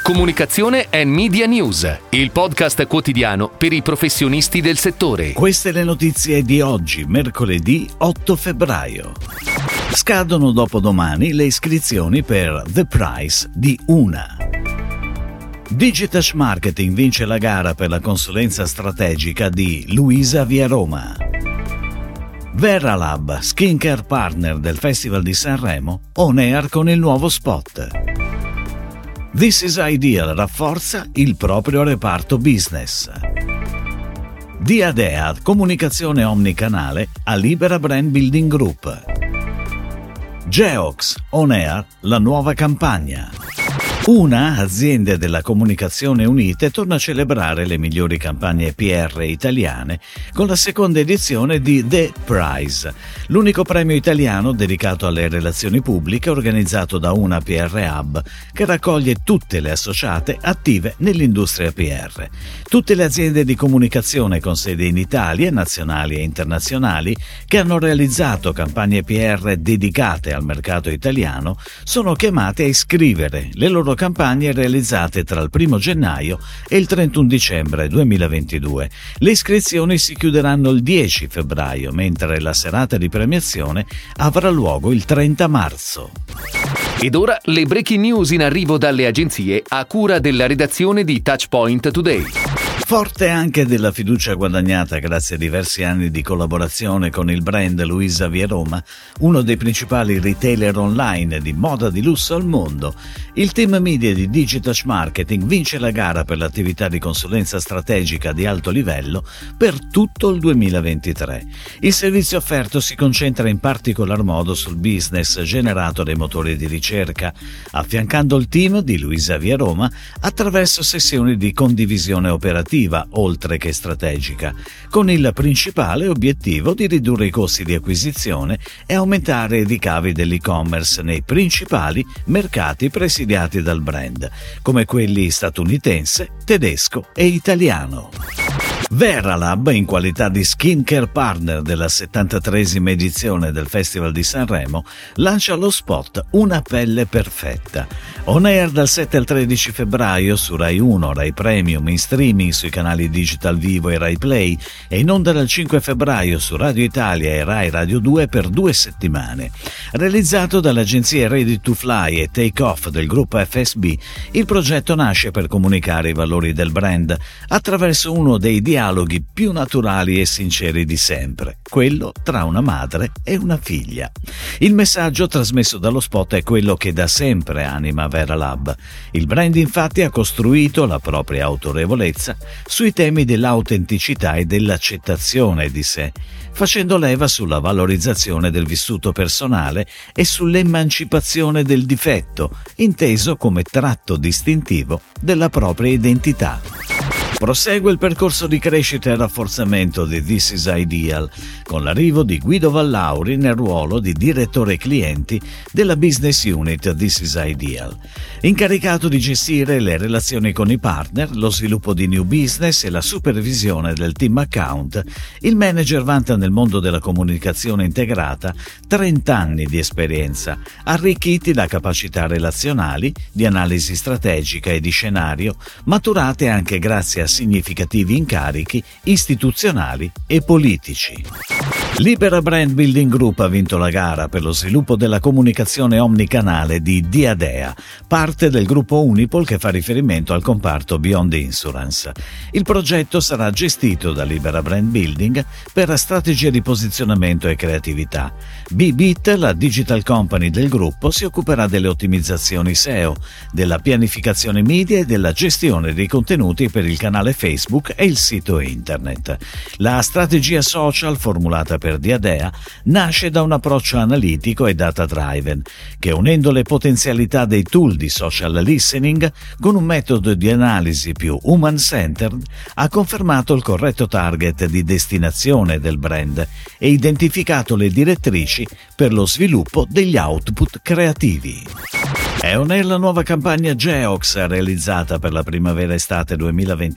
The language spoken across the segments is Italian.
Comunicazione and Media News, il podcast quotidiano per i professionisti del settore. Queste le notizie di oggi, mercoledì 8 febbraio. Scadono dopodomani le iscrizioni per The Price di Una. Digitash Marketing vince la gara per la consulenza strategica di Luisa Via Roma. Veralab, skincare partner del Festival di Sanremo, on air con il nuovo spot. This is Ideal rafforza il proprio reparto business. Diadea, comunicazione omnicanale a Libera Brand Building Group. Geox, on air, la nuova campagna. Una, aziende della comunicazione unite, torna a celebrare le migliori campagne PR italiane con la seconda edizione di The Prize, l'unico premio italiano dedicato alle relazioni pubbliche organizzato da Una PR Hub, che raccoglie tutte le associate attive nell'industria PR. Tutte le aziende di comunicazione con sede in Italia, nazionali e internazionali, che hanno realizzato campagne PR dedicate al mercato italiano, sono chiamate a iscrivere le loro campagne realizzate tra il 1 gennaio e il 31 dicembre 2022. Le iscrizioni si chiuderanno il 10 febbraio, mentre la serata di premiazione avrà luogo il 30 marzo. Ed ora le breaking news in arrivo dalle agenzie a cura della redazione di Touchpoint Today. Forte anche della fiducia guadagnata grazie a diversi anni di collaborazione con il brand Luisa Via Roma, uno dei principali retailer online di moda di lusso al mondo, il team media di Digitash Marketing vince la gara per l'attività di consulenza strategica di alto livello per tutto il 2023. Il servizio offerto si concentra in particolar modo sul business generato dai motori di ricerca, affiancando il team di Luisa Via Roma attraverso sessioni di condivisione operativa oltre che strategica, con il principale obiettivo di ridurre i costi di acquisizione e aumentare i ricavi dell'e-commerce nei principali mercati presidiati dal brand, come quelli statunitense, tedesco e italiano. Veralab, in qualità di skincare partner della 73esima edizione del Festival di Sanremo, lancia lo spot Una pelle perfetta. On air dal 7 al 13 febbraio su Rai 1, Rai Premium, in streaming sui canali Digital Vivo e Rai Play e in onda dal 5 febbraio su Radio Italia e Rai Radio 2 per 2 settimane. Realizzato dalle agenzie Ready to Fly e Take Off del gruppo FSB, il progetto nasce per comunicare i valori del brand attraverso uno dei dialoghi più naturali e sinceri di sempre, quello tra una madre e una figlia. Il messaggio trasmesso dallo spot è quello che da sempre anima Veralab. Il brand infatti ha costruito la propria autorevolezza sui temi dell'autenticità e dell'accettazione di sé, facendo leva sulla valorizzazione del vissuto personale e sull'emancipazione del difetto, inteso come tratto distintivo della propria identità. Prosegue il percorso di crescita e rafforzamento di This is Ideal, con l'arrivo di Guido Vallauri nel ruolo di direttore clienti della business unit This is Ideal. Incaricato di gestire le relazioni con i partner, lo sviluppo di new business e la supervisione del team account, il manager vanta nel mondo della comunicazione integrata 30 anni di esperienza, arricchiti da capacità relazionali, di analisi strategica e di scenario, maturate anche grazie a significativi incarichi istituzionali e politici. Libera Brand Building Group ha vinto la gara per lo sviluppo della comunicazione omnicanale di Diadea, parte del gruppo Unipol che fa riferimento al comparto Beyond Insurance. Il progetto sarà gestito da Libera Brand Building per strategie di posizionamento e creatività. BBIT, la digital company del gruppo, si occuperà delle ottimizzazioni SEO, della pianificazione media e della gestione dei contenuti per il canale Facebook e il sito internet. La strategia social formulata per Diadea nasce da un approccio analitico e data-driven che, unendo le potenzialità dei tool di social listening con un metodo di analisi più human-centered, ha confermato il corretto target di destinazione del brand e identificato le direttrici per lo sviluppo degli output creativi. È on air la nuova campagna Geox realizzata per la primavera-estate 2023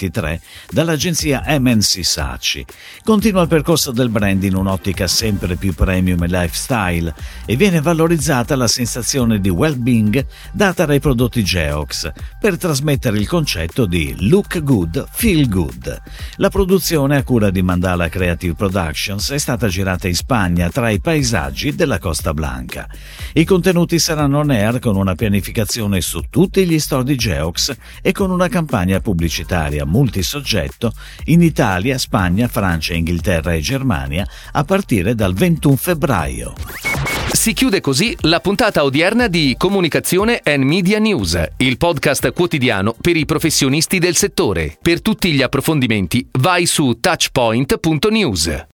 2023 dall'agenzia MNC Saatchi. Continua il percorso del brand in un'ottica sempre più premium e lifestyle e viene valorizzata la sensazione di well-being data dai prodotti Geox per trasmettere il concetto di look good, feel good. La produzione a cura di Mandala Creative Productions è stata girata in Spagna tra i paesaggi della Costa Blanca. I contenuti saranno on air con una pianificazione su tutti gli store di Geox e con una campagna pubblicitaria multisoggetto in Italia, Spagna, Francia, Inghilterra e Germania a partire dal 21 febbraio. Si chiude così la puntata odierna di Comunicazione and Media News, il podcast quotidiano per i professionisti del settore. Per tutti gli approfondimenti vai su touchpoint.news.